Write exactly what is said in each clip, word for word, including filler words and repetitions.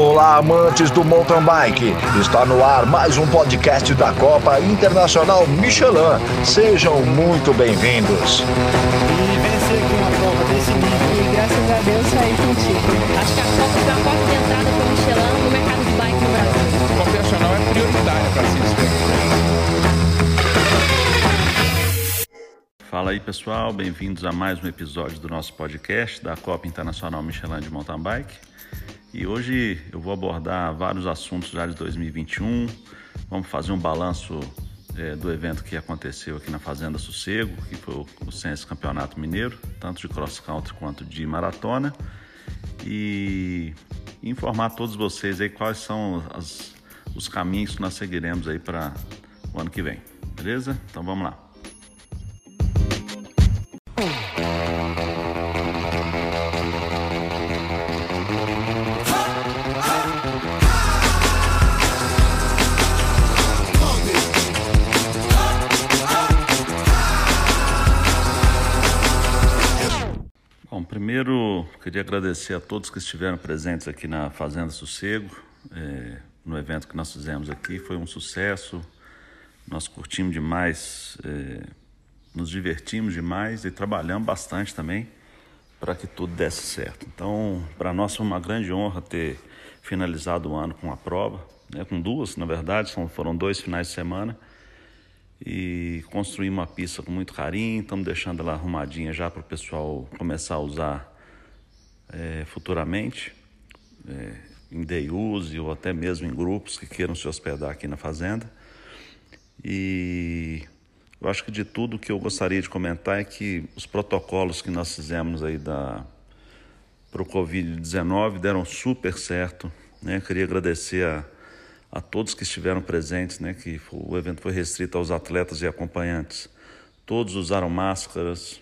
Olá, amantes do mountain bike! Está no ar mais um podcast da Copa Internacional Michelin. Sejam muito bem-vindos. E vencer aqui uma prova desse nível. E graças a Deus saí contigo. Acho que a Copa foi a porta de entrada para o Michelin no mercado de bike no Brasil. A Copa Internacional é prioritária para se Fala aí, pessoal, bem-vindos a mais um episódio do nosso podcast da Copa Internacional Michelin de Mountain Bike. E hoje eu vou abordar vários assuntos já de dois mil e vinte e um. Vamos fazer um balanço é, do evento que aconteceu aqui na Fazenda Sossego, que foi o, o Sense Campeonato Mineiro, tanto de cross country quanto de maratona. E informar a todos vocês aí quais são as, os caminhos que nós seguiremos aí para o ano que vem, beleza? Então vamos lá. Bom, primeiro queria agradecer a todos que estiveram presentes aqui na Fazenda Sossego, é, no evento que nós fizemos aqui. Foi um sucesso, nós curtimos demais, é, nos divertimos demais e trabalhamos bastante também para que tudo desse certo. Então, para nós foi uma grande honra ter finalizado o ano com a prova, né, com duas, na verdade, são, foram dois finais de semana, e construímos uma pista com muito carinho. Estamos deixando ela arrumadinha já para o pessoal começar a usar é, futuramente, é, em day use ou até mesmo em grupos que queiram se hospedar aqui na fazenda. E eu acho que de tudo que eu gostaria de comentar é que os protocolos que nós fizemos aí da, para o covid dezenove deram super certo, né? Queria agradecer a a todos que estiveram presentes, né, que o evento foi restrito aos atletas e acompanhantes. Todos usaram máscaras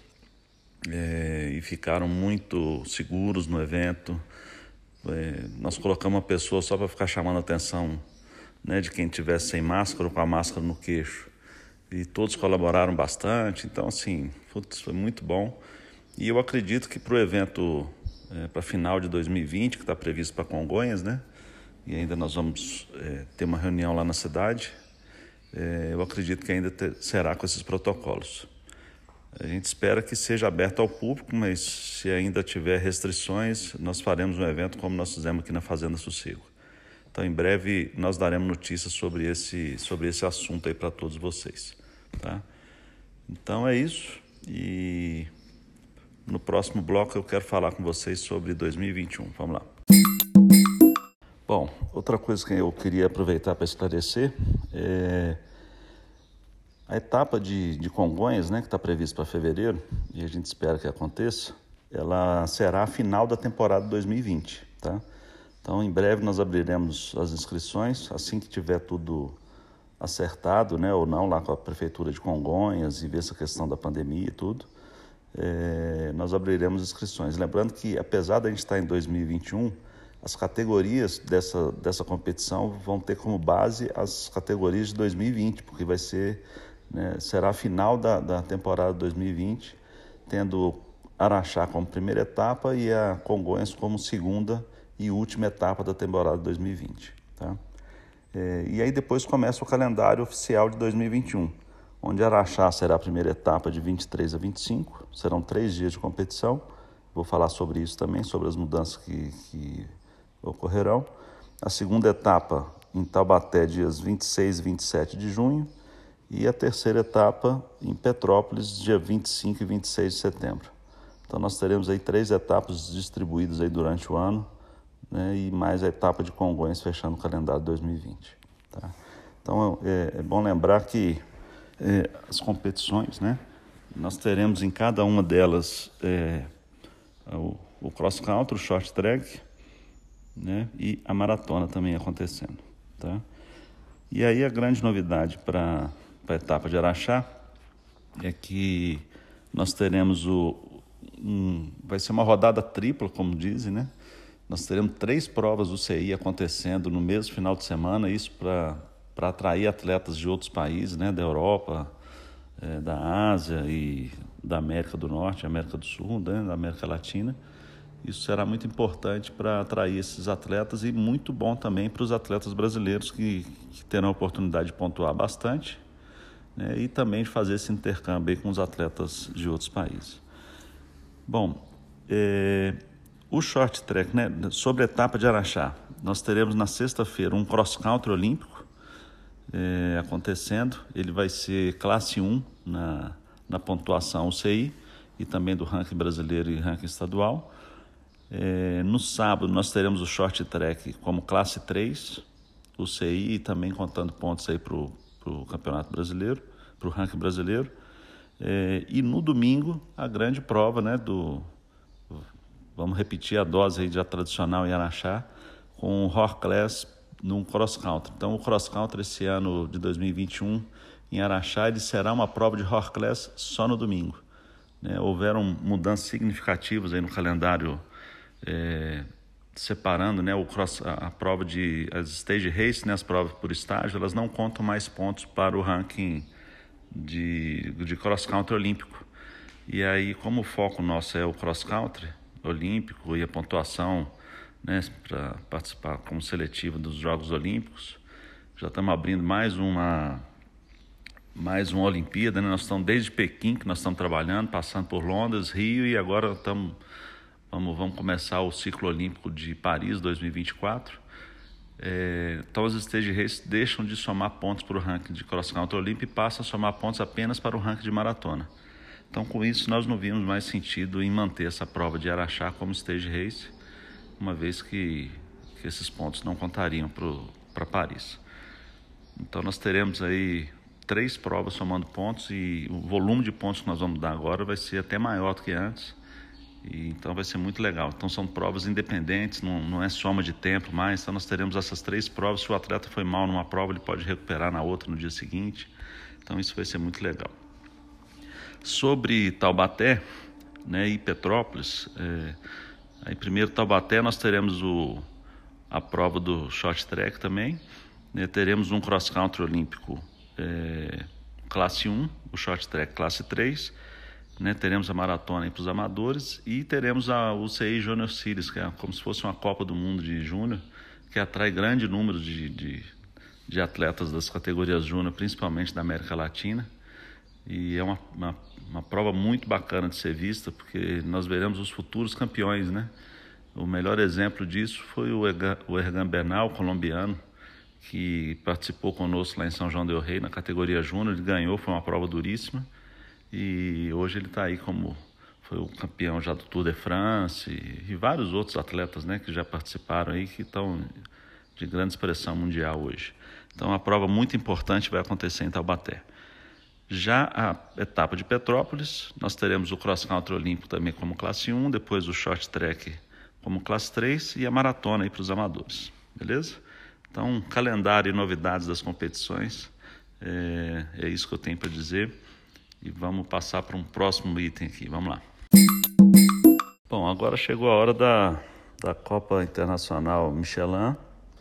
é, e ficaram muito seguros no evento. É, nós colocamos uma pessoa só para ficar chamando a atenção, né, de quem estivesse sem máscara ou com a máscara no queixo. E todos colaboraram bastante, então assim, foi muito bom. E eu acredito que para o evento, é, para final de dois mil e vinte, que está previsto para Congonhas, né, e ainda nós vamos é, ter uma reunião lá na cidade, é, eu acredito que ainda ter, será com esses protocolos. A gente espera que seja aberto ao público, mas se ainda tiver restrições, nós faremos um evento como nós fizemos aqui na Fazenda Sossego. Então, em breve, nós daremos notícias sobre esse, sobre esse assunto aí para todos vocês. Tá? Então, é isso. E no próximo bloco eu quero falar com vocês sobre dois mil e vinte e um. Vamos lá. Bom, outra coisa que eu queria aproveitar para esclarecer é a etapa de, de Congonhas, né, que está prevista para fevereiro, e a gente espera que aconteça, ela será a final da temporada dois mil e vinte, tá? Então, em breve nós abriremos as inscrições, assim que tiver tudo acertado, né, ou não, lá com a Prefeitura de Congonhas e ver essa questão da pandemia e tudo, é, nós abriremos inscrições. Lembrando que, apesar da gente estar em dois mil e vinte e um, as categorias dessa, dessa competição vão ter como base as categorias de dois mil e vinte, porque vai ser, né, será a final da, da temporada dois mil e vinte, tendo Araxá como primeira etapa e a Congonhas como segunda e última etapa da temporada dois mil e vinte. Tá? É, e aí depois começa o calendário oficial de dois mil e vinte e um, onde Araxá será a primeira etapa de vinte e três a vinte e cinco, serão três dias de competição. Vou falar sobre isso também, sobre as mudanças que... que ocorrerão. A segunda etapa em Taubaté, dias vinte e seis e vinte e sete de junho, e a terceira etapa em Petrópolis, dia vinte e cinco e vinte e seis de setembro. Então nós teremos aí três etapas distribuídas aí durante o ano, né, e mais a etapa de Congonhas fechando o calendário dois mil e vinte. Tá? Então é, é bom lembrar que é, as competições, né, nós teremos em cada uma delas é, o, o cross country, o short track, né, e a maratona também acontecendo, tá? E aí a grande novidade para a etapa de Araxá é que nós teremos o um, vai ser uma rodada tripla, como dizem, né? Nós teremos três provas do C I acontecendo no mesmo final de semana, isso para para atrair atletas de outros países, né, da Europa, é, da Ásia e da América do Norte, América do Sul, né, da América Latina. Isso será muito importante para atrair esses atletas e muito bom também para os atletas brasileiros que, que terão a oportunidade de pontuar bastante, né, e também de fazer esse intercâmbio aí com os atletas de outros países. Bom, é, o short track, né, sobre a etapa de Araxá, nós teremos na sexta-feira um cross-country olímpico é, acontecendo. Ele vai ser classe um na, na pontuação U C I e também do ranking brasileiro e ranking estadual. É, no sábado nós teremos o short track como classe três, U C I, e também contando pontos aí para o campeonato brasileiro, para o ranking brasileiro. É, e no domingo a grande prova, né, do, vamos repetir a dose aí já tradicional em Araxá, com o Horse Class no cross country. Então o cross country esse ano de dois mil e vinte e um em Araxá, ele será uma prova de Horse Class só no domingo, né? Houveram mudanças significativas aí no calendário, É, separando, né, o cross, a, a prova de as stage race, né, as provas por estágio, elas não contam mais pontos para o ranking de, de cross country olímpico. E aí, como o foco nosso é o cross country olímpico e a pontuação, né, para participar como seletivo dos Jogos Olímpicos, já estamos abrindo mais uma mais uma Olimpíada, né? Nós estamos desde Pequim que nós estamos trabalhando, passando por Londres, Rio, e agora estamos Vamos, vamos começar o ciclo olímpico de Paris dois mil e vinte e quatro. É, então as stage races deixam de somar pontos para o ranking de cross country olímpico e passam a somar pontos apenas para o ranking de maratona. Então com isso nós não vimos mais sentido em manter essa prova de Araxá como stage race, uma vez que, que esses pontos não contariam para Paris. Então nós teremos aí três provas somando pontos, e o volume de pontos que nós vamos dar agora vai ser até maior do que antes. E então vai ser muito legal. Então são provas independentes, não, não é soma de tempo mais. Então nós teremos essas três provas. Se o atleta foi mal numa prova, ele pode recuperar na outra no dia seguinte. Então isso vai ser muito legal. Sobre Taubaté, né, e Petrópolis, é, aí primeiro Taubaté nós teremos o, a prova do short track também, né, teremos um cross country olímpico é, classe um, o short track classe três, né, teremos a maratona para os amadores, e teremos a U C I Junior Series, que é como se fosse uma Copa do Mundo de Júnior, que atrai grande número de, de, de atletas das categorias Júnior, principalmente da América Latina. E é uma, uma, uma prova muito bacana de ser vista, porque nós veremos os futuros campeões, né? O melhor exemplo disso foi o Ergan Bernal, colombiano, que participou conosco lá em São João del Rei, na categoria Júnior. Ele ganhou, foi uma prova duríssima. E hoje ele está aí como foi o campeão já do Tour de France, e, e vários outros atletas, né, que já participaram aí, que estão de grande expressão mundial hoje. Então, uma prova muito importante vai acontecer em Taubaté. Já a etapa de Petrópolis, nós teremos o cross country olímpico também como classe um, depois o short track como classe três e a maratona aí para os amadores, beleza? Então, calendário e novidades das competições, é, é isso que eu tenho para dizer. E vamos passar para um próximo item aqui, vamos lá. Bom, agora chegou a hora da, da Copa Internacional Michelin,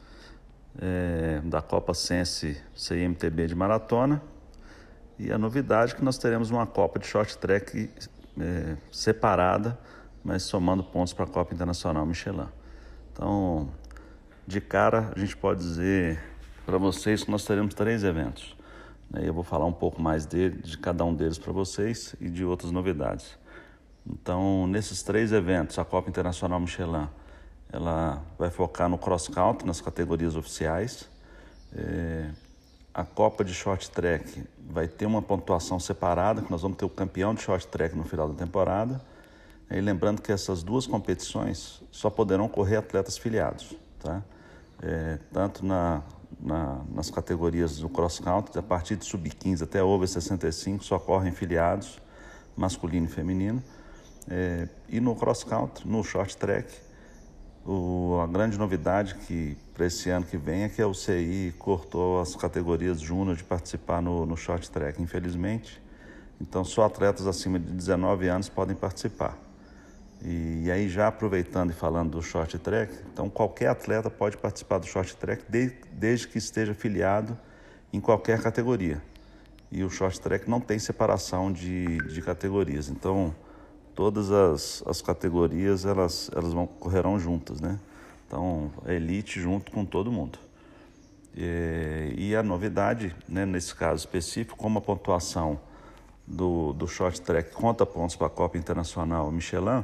é, da Copa Sense C I M T B de maratona, e a novidade é que nós teremos uma Copa de short track é, separada, mas somando pontos para a Copa Internacional Michelin. Então, de cara, a gente pode dizer para vocês que nós teremos três eventos. Eu vou falar um pouco mais de, de cada um deles para vocês e de outras novidades. Então, nesses três eventos, a Copa Internacional Michelin, ela vai focar no cross country, nas categorias oficiais. É, a Copa de short track vai ter uma pontuação separada, que nós vamos ter o campeão de short track no final da temporada. E lembrando que essas duas competições só poderão correr atletas filiados, tá? É, tanto na Na, nas categorias do cross country, a partir de sub quinze até over sessenta e cinco, só correm filiados, masculino e feminino. É, e no cross country, no short track, o, a grande novidade que para esse ano que vem é que a U C I cortou as categorias júnior de participar no, no short track, infelizmente. Então só atletas acima de dezenove anos podem participar. E, e aí, já aproveitando e falando do short track, então qualquer atleta pode participar do short track de, desde que esteja filiado em qualquer categoria. E o short track não tem separação de, de categorias. Então todas as, as categorias elas, elas vão correrão juntas, né? Então, a elite junto com todo mundo. E, e a novidade, né, nesse caso específico, como a pontuação do, do short track conta pontos para a Copa Internacional Michelin,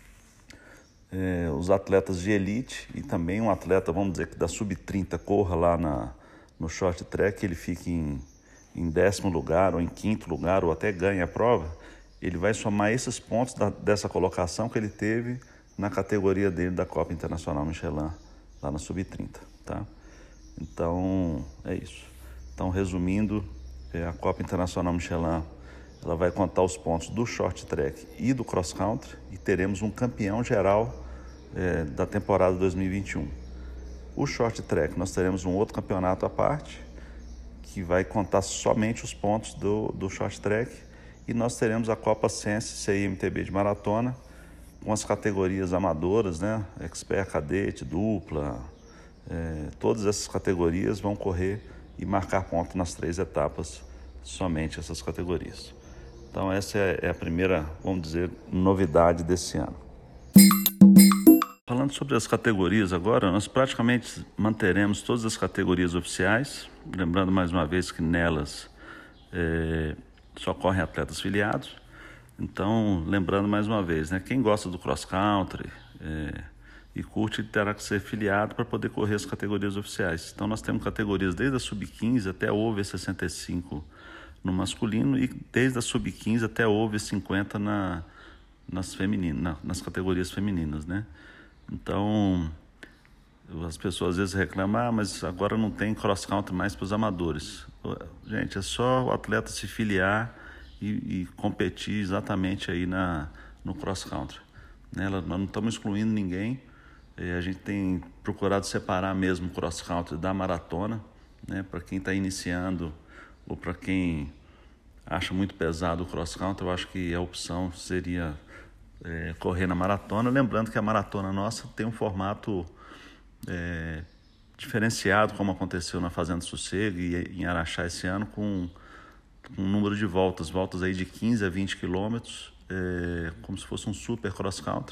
é, os atletas de elite e também um atleta, vamos dizer que da sub trinta corra lá na, no short track, ele fique em, em décimo lugar ou em quinto lugar ou até ganhe a prova, ele vai somar esses pontos da, dessa colocação que ele teve na categoria dele da Copa Internacional Michelin, lá na sub trinta, tá? Então, é isso. Então, resumindo, é, a Copa Internacional Michelin, ela vai contar os pontos do short track e do cross country e teremos um campeão geral é, da temporada dois mil e vinte e um. O short track, nós teremos um outro campeonato à parte, que vai contar somente os pontos do, do short track, e nós teremos a Copa Sense C I M T B de maratona, com as categorias amadoras, né? Expert, cadete, dupla, é, todas essas categorias vão correr e marcar ponto nas três etapas, somente essas categorias. Então essa é, é a primeira, vamos dizer, novidade desse ano. Falando sobre as categorias agora, nós praticamente manteremos todas as categorias oficiais, lembrando mais uma vez que nelas é, só correm atletas filiados. Então, lembrando mais uma vez, né, quem gosta do cross country é, e curte terá que ser filiado para poder correr as categorias oficiais. Então, nós temos categorias desde a sub quinze até a over sessenta e cinco no masculino e desde a sub quinze até a over cinquenta na, nas, femininas, na, nas categorias femininas, né? Então, as pessoas às vezes reclamam, ah, mas agora não tem cross country mais para os amadores. Gente, é só o atleta se filiar E, e competir exatamente aí na, no cross country, né? Nós não estamos excluindo ninguém, a gente tem procurado separar mesmo o cross country da maratona, né? Para quem está iniciando ou para quem acha muito pesado o cross country, eu acho que a opção seria é, correr na maratona, lembrando que a maratona nossa tem um formato é, diferenciado, como aconteceu na Fazenda Sossego e em Araxá esse ano, com um número de voltas, voltas aí de quinze a vinte quilômetros, é, como se fosse um super cross country,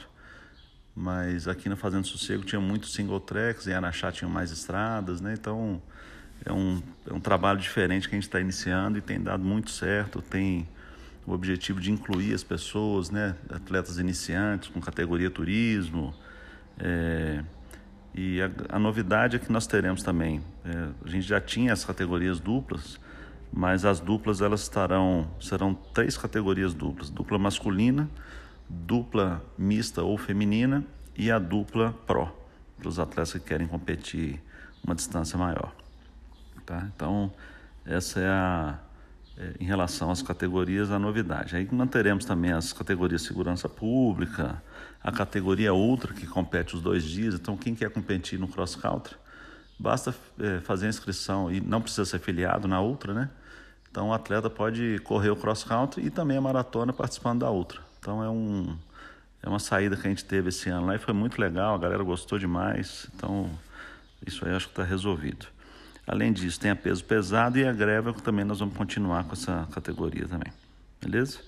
mas aqui na Fazenda Sossego tinha muitos single tracks, em Araxá tinha mais estradas, né? Então é um, é um trabalho diferente que a gente está iniciando e tem dado muito certo, tem o objetivo de incluir as pessoas, né? Atletas iniciantes com categoria turismo, é, e a, a novidade é que nós teremos também, é, a gente já tinha as categorias duplas, mas as duplas elas estarão, serão três categorias duplas, dupla masculina, dupla mista ou feminina e a dupla pro, para os atletas que querem competir uma distância maior, tá? Então essa é a, é, em relação às categorias, a novidade. Aí manteremos também as categorias segurança pública, a categoria ultra que compete os dois dias, então quem quer competir no cross country, basta é, fazer a inscrição e não precisa ser filiado na ultra, né? Então o atleta pode correr o cross country e também a maratona participando da ultra. Então é, um, é uma saída que a gente teve esse ano lá e foi muito legal, a galera gostou demais. Então isso aí acho que está resolvido. Além disso, tem a peso pesado e a greve, que também nós vamos continuar com essa categoria também. Beleza?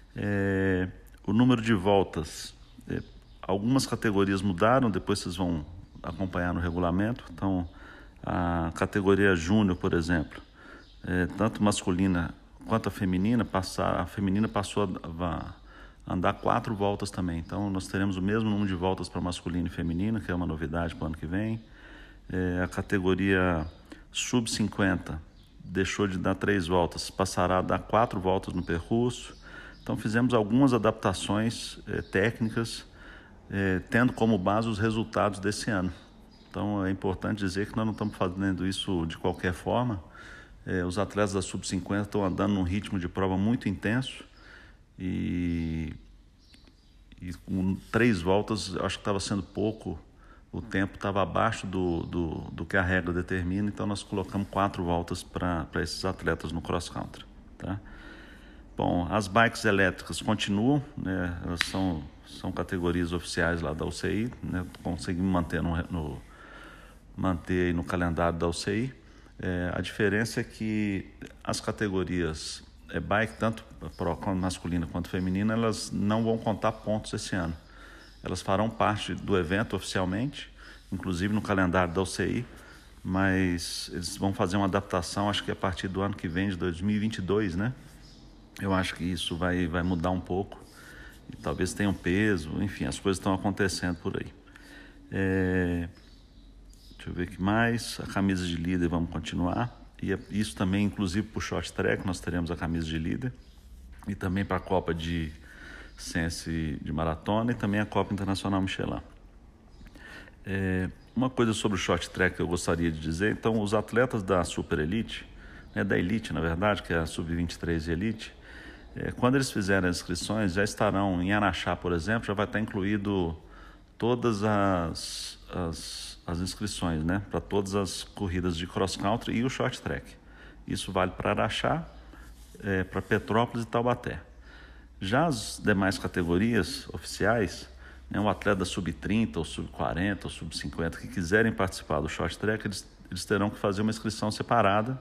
É, o número de voltas, é, algumas categorias mudaram, depois vocês vão acompanhar no regulamento. Então a categoria júnior, por exemplo, é, tanto masculina quanto a feminina, passar, a feminina passou a, a andar quatro voltas também. Então nós teremos o mesmo número de voltas para masculino e feminino, que é uma novidade para o ano que vem. É, a categoria sub cinquenta deixou de dar três voltas, passará a dar quatro voltas no percurso. Então fizemos algumas adaptações é, técnicas, é, tendo como base os resultados desse ano. Então é importante dizer que nós não estamos fazendo isso de qualquer forma. É, os atletas da sub cinquenta estão andando num ritmo de prova muito intenso e, e com três voltas acho que estava sendo pouco, o tempo estava abaixo do, do, do que a regra determina, então nós colocamos quatro voltas para esses atletas no cross country, tá? Bom, as bikes elétricas continuam, né? Elas são, são categorias oficiais lá da U C I, né? Conseguimos manter no, no, manter no calendário da U C I. É, a diferença é que as categorias é, bike, tanto pro masculina quanto feminina, elas não vão contar pontos esse ano. Elas farão parte do evento oficialmente, inclusive no calendário da U C I, mas eles vão fazer uma adaptação, acho que a partir do ano que vem, de dois mil e vinte e dois, né? Eu acho que isso vai, vai mudar um pouco, e talvez tenha um peso, enfim, as coisas estão acontecendo por aí. É... Deixa eu ver o que mais. A camisa de líder vamos continuar. E isso também, inclusive, para o short track, nós teremos a camisa de líder. E também para a Copa de Sense de Maratona e também a Copa Internacional Michelin. É, uma coisa sobre o short track que eu gostaria de dizer. Então, os atletas da Super Elite, né, da Elite, na verdade, que é a Sub vinte e três e Elite, é, quando eles fizerem as inscrições, já estarão em Araxá, por exemplo, já vai estar incluído todas as... as as inscrições, né, para todas as corridas de cross country e o short track. Isso vale para Araxá, é, para Petrópolis e Taubaté. Já as demais categorias oficiais, né, um atleta sub trinta ou sub quarenta ou sub cinquenta que quiserem participar do short track, eles, eles terão que fazer uma inscrição separada,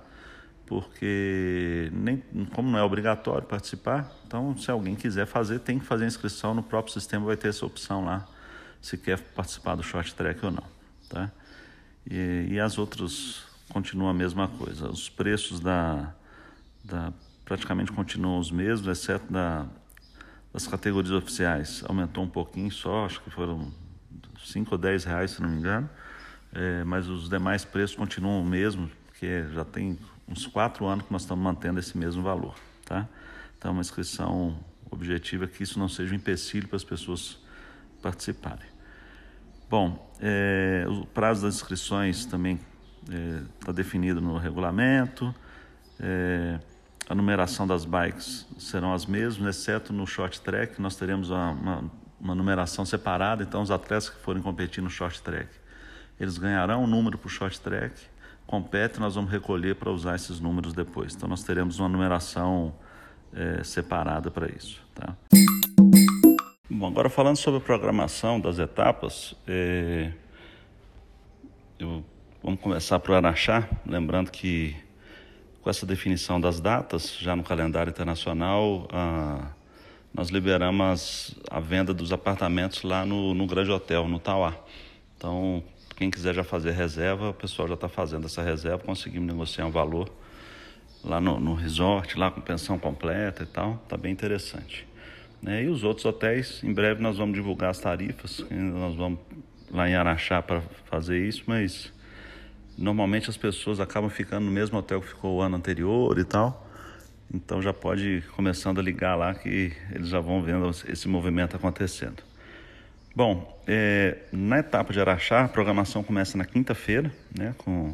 porque nem, como não é obrigatório participar, então se alguém quiser fazer, tem que fazer a inscrição, no próprio sistema vai ter essa opção lá, se quer participar do short track ou não. Tá? E, e as outras continuam a mesma coisa. Os preços da, da, praticamente continuam os mesmos, exceto da, das categorias oficiais. Aumentou um pouquinho só, acho que foram cinco ou dez reais, se não me engano. É, mas os demais preços continuam o mesmo, porque já tem uns quatro anos que nós estamos mantendo esse mesmo valor. Tá? Então, uma inscrição objetiva é que isso não seja um empecilho para as pessoas participarem. Bom, é, o prazo das inscrições também está é, definido no regulamento, é, a numeração das bikes serão as mesmas, exceto no short track, nós teremos uma, uma, uma numeração separada, então os atletas que forem competir no short track, eles ganharão um número para o short track, competem, nós vamos recolher para usar esses números depois, então nós teremos uma numeração é, separada para isso, tá? Bom, agora falando sobre a programação das etapas, é, eu, vamos começar por Araxá, lembrando que com essa definição das datas, já no calendário internacional, a, nós liberamos a venda dos apartamentos lá no, no Grande Hotel, no Tauá. Então, quem quiser já fazer reserva, o pessoal já está fazendo essa reserva, conseguimos negociar um valor lá no, no resort, lá com pensão completa e tal, está bem interessante. É, e os outros hotéis, em breve nós vamos divulgar as tarifas, nós vamos lá em Araxá para fazer isso, mas normalmente as pessoas acabam ficando no mesmo hotel que ficou o ano anterior e tal, então já pode ir começando a ligar lá que eles já vão vendo esse movimento acontecendo. Bom, é, na etapa de Araxá, a programação começa na quinta-feira, né, com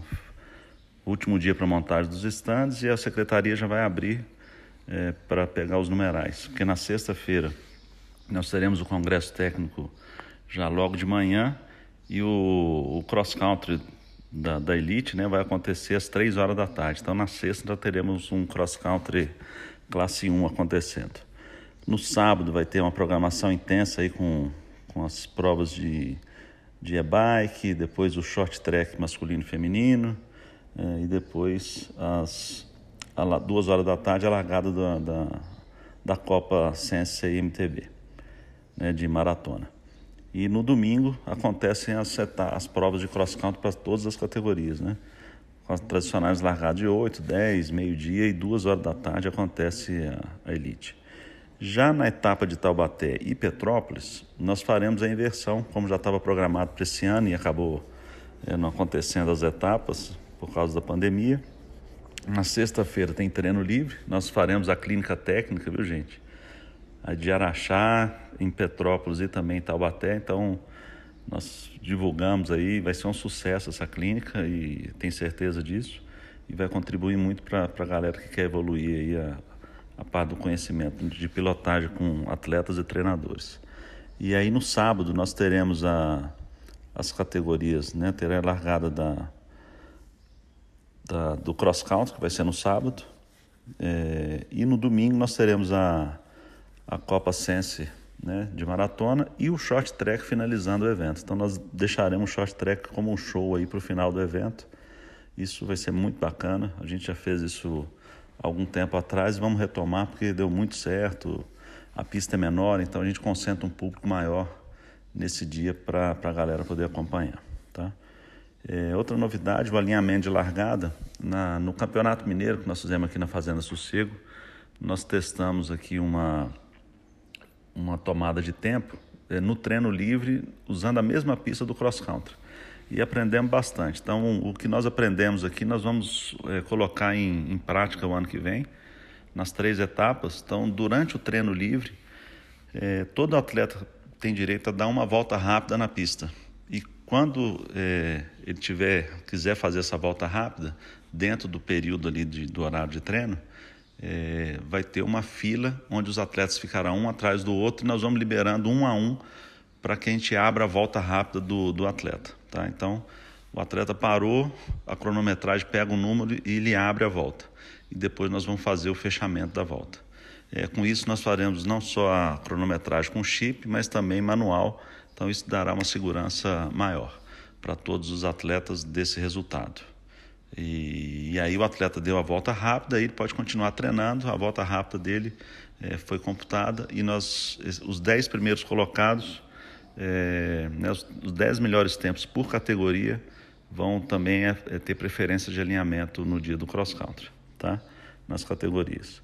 o último dia para montagem dos estandes, e a secretaria já vai abrir É, para pegar os numerais, porque na sexta-feira nós teremos o congresso técnico já logo de manhã e o, o cross country da, da Elite, né, vai acontecer às três horas da tarde, então na sexta já teremos um cross country classe um acontecendo. No sábado vai ter uma programação intensa aí com, com as provas de, de e-bike, depois o short track masculino e feminino, é, e depois as às duas horas da tarde, a largada da, da, da Copa Sense M T B, né, de maratona. E no domingo acontecem as, as provas de cross-country para todas as categorias, né? Com as tradicionais largadas de oito, dez, meio-dia e duas horas da tarde acontece a, a Elite. Já na etapa de Taubaté e Petrópolis, nós faremos a inversão, como já estava programado para esse ano e acabou é, não acontecendo as etapas por causa da pandemia. Na sexta-feira tem treino livre, nós faremos a clínica técnica, viu, gente? A de Araxá, em Petrópolis e também em Taubaté, então nós divulgamos aí, vai ser um sucesso essa clínica e tenho certeza disso, e vai contribuir muito para a galera que quer evoluir aí a, a parte do conhecimento de pilotagem com atletas e treinadores. E aí no sábado nós teremos a, as categorias, né? Terá a largada da Da, do cross country, que vai ser no sábado, é, e no domingo nós teremos a, a Copa Sense, né, de maratona e o short track finalizando o evento. Então nós deixaremos o short track como um show aí para o final do evento. Isso vai ser muito bacana, a gente já fez isso algum tempo atrás e vamos retomar porque deu muito certo, a pista é menor, então a gente concentra um público maior nesse dia para a galera poder acompanhar, tá? É, outra novidade, o alinhamento de largada. Na, no Campeonato Mineiro que nós fizemos aqui na Fazenda Sossego, nós testamos aqui uma, uma tomada de tempo é, no treino livre, usando a mesma pista do cross country. E aprendemos bastante. Então, o que nós aprendemos aqui, nós vamos é, colocar em, em prática o ano que vem, nas três etapas. Então, durante o treino livre, é, todo atleta tem direito a dar uma volta rápida na pista. E quando é, ele tiver, quiser fazer essa volta rápida, dentro do período ali de, do horário de treino, é, vai ter uma fila onde os atletas ficarão um atrás do outro e nós vamos liberando um a um para que a gente abra a volta rápida do, do atleta. Tá? Então, o atleta parou, a cronometragem pega o número e ele abre a volta. E depois nós vamos fazer o fechamento da volta. É, com isso, nós faremos não só a cronometragem com chip, mas também manual. Então, isso dará uma segurança maior para todos os atletas desse resultado. E, e aí o atleta deu a volta rápida, aí ele pode continuar treinando. A volta rápida dele é, foi computada e nós, os dez primeiros colocados, É, né, os, os dez melhores tempos por categoria vão também é, é ter preferência de alinhamento no dia do cross country, tá? Nas categorias.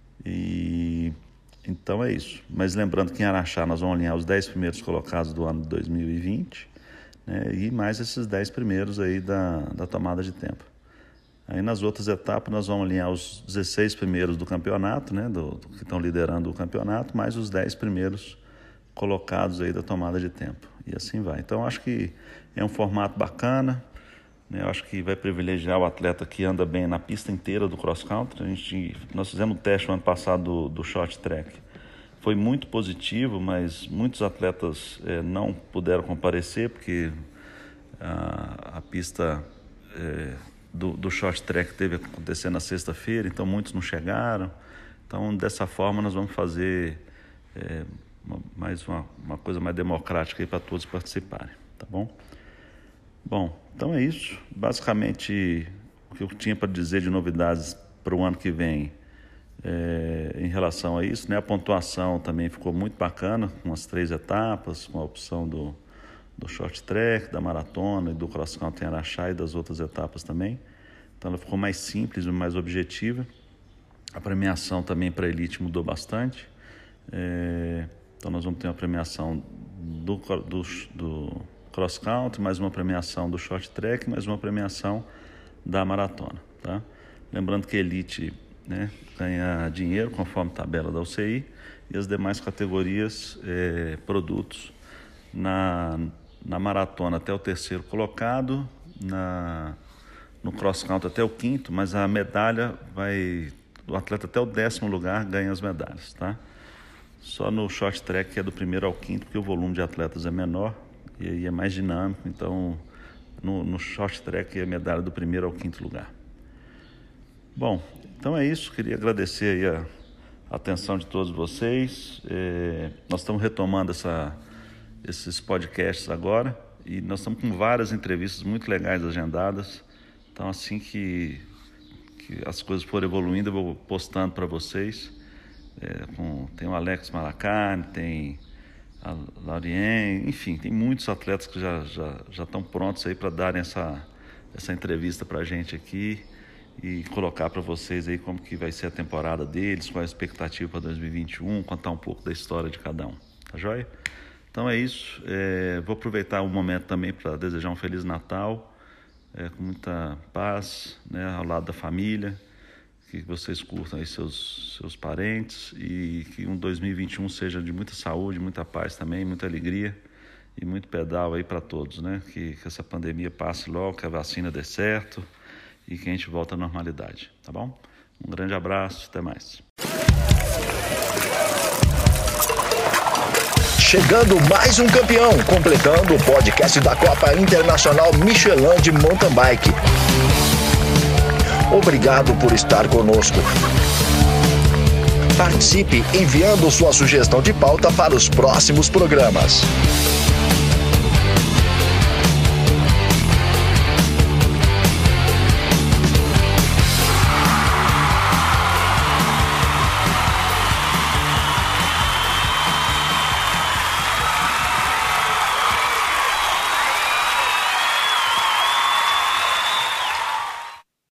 E então é isso. Mas lembrando que em Araxá nós vamos alinhar os dez primeiros colocados do ano de dois mil e vinte, né, e mais esses dez primeiros aí da, da tomada de tempo. Aí nas outras etapas nós vamos alinhar os dezesseis primeiros do campeonato, né, do, do que estão liderando o campeonato, mais os dez primeiros colocados aí da tomada de tempo, e assim vai. Então, acho que é um formato bacana, né? Eu acho que vai privilegiar o atleta que anda bem na pista inteira do cross country. A gente, nós fizemos um teste no ano passado do, do short track, foi muito positivo, mas muitos atletas é, não puderam comparecer, porque a, a pista é, do, do short track teve que acontecer na sexta-feira, então muitos não chegaram. Então, dessa forma, nós vamos fazer é, Uma, mais uma, uma coisa mais democrática aí para todos participarem, tá bom? Bom, então é isso. Basicamente, o que eu tinha para dizer de novidades para o ano que vem é, em relação a isso, né? A pontuação também ficou muito bacana, com as três etapas, com a opção do, do short track, da maratona e do cross country em Araxá e das outras etapas também. Então ela ficou mais simples e mais objetiva. A premiação também para a elite mudou bastante. É, Então nós vamos ter uma premiação do, do, do cross country, mais uma premiação do short track, mais uma premiação da maratona, tá? Lembrando que a elite, né, ganha dinheiro conforme tabela da U C I e as demais categorias, é, produtos. Na, na maratona até o terceiro colocado, na, no cross country até o quinto, mas a medalha vai, o atleta até o décimo lugar ganha as medalhas, tá? Só no short track, que é do primeiro ao quinto, porque o volume de atletas é menor e aí é mais dinâmico. Então, no, no short track é a medalha do primeiro ao quinto lugar. Bom, então é isso. Queria agradecer aí a, a atenção de todos vocês. É, nós estamos retomando essa, esses podcasts agora e nós estamos com várias entrevistas muito legais agendadas. Então, assim que, que as coisas forem evoluindo, eu vou postando para vocês. É, com, tem o Alex Malacarne, tem a Laurien, enfim, tem muitos atletas que já, já, já estão prontos aí para darem essa, essa entrevista para a gente aqui e colocar para vocês aí como que vai ser a temporada deles, qual é a expectativa para dois mil e vinte e um, contar um pouco da história de cada um, tá joia? Então é isso, é, vou aproveitar o momento também para desejar um Feliz Natal, é, com muita paz, né, ao lado da família, que vocês curtam aí seus, seus parentes e que um dois mil e vinte e um seja de muita saúde, muita paz também, muita alegria e muito pedal aí para todos, né? Que, que essa pandemia passe logo, que a vacina dê certo e que a gente volte à normalidade, tá bom? Um grande abraço, até mais. Chegando mais um campeão, completando o podcast da Copa Internacional Michelin de Mountain Bike. Obrigado por estar conosco. Participe enviando sua sugestão de pauta para os próximos programas.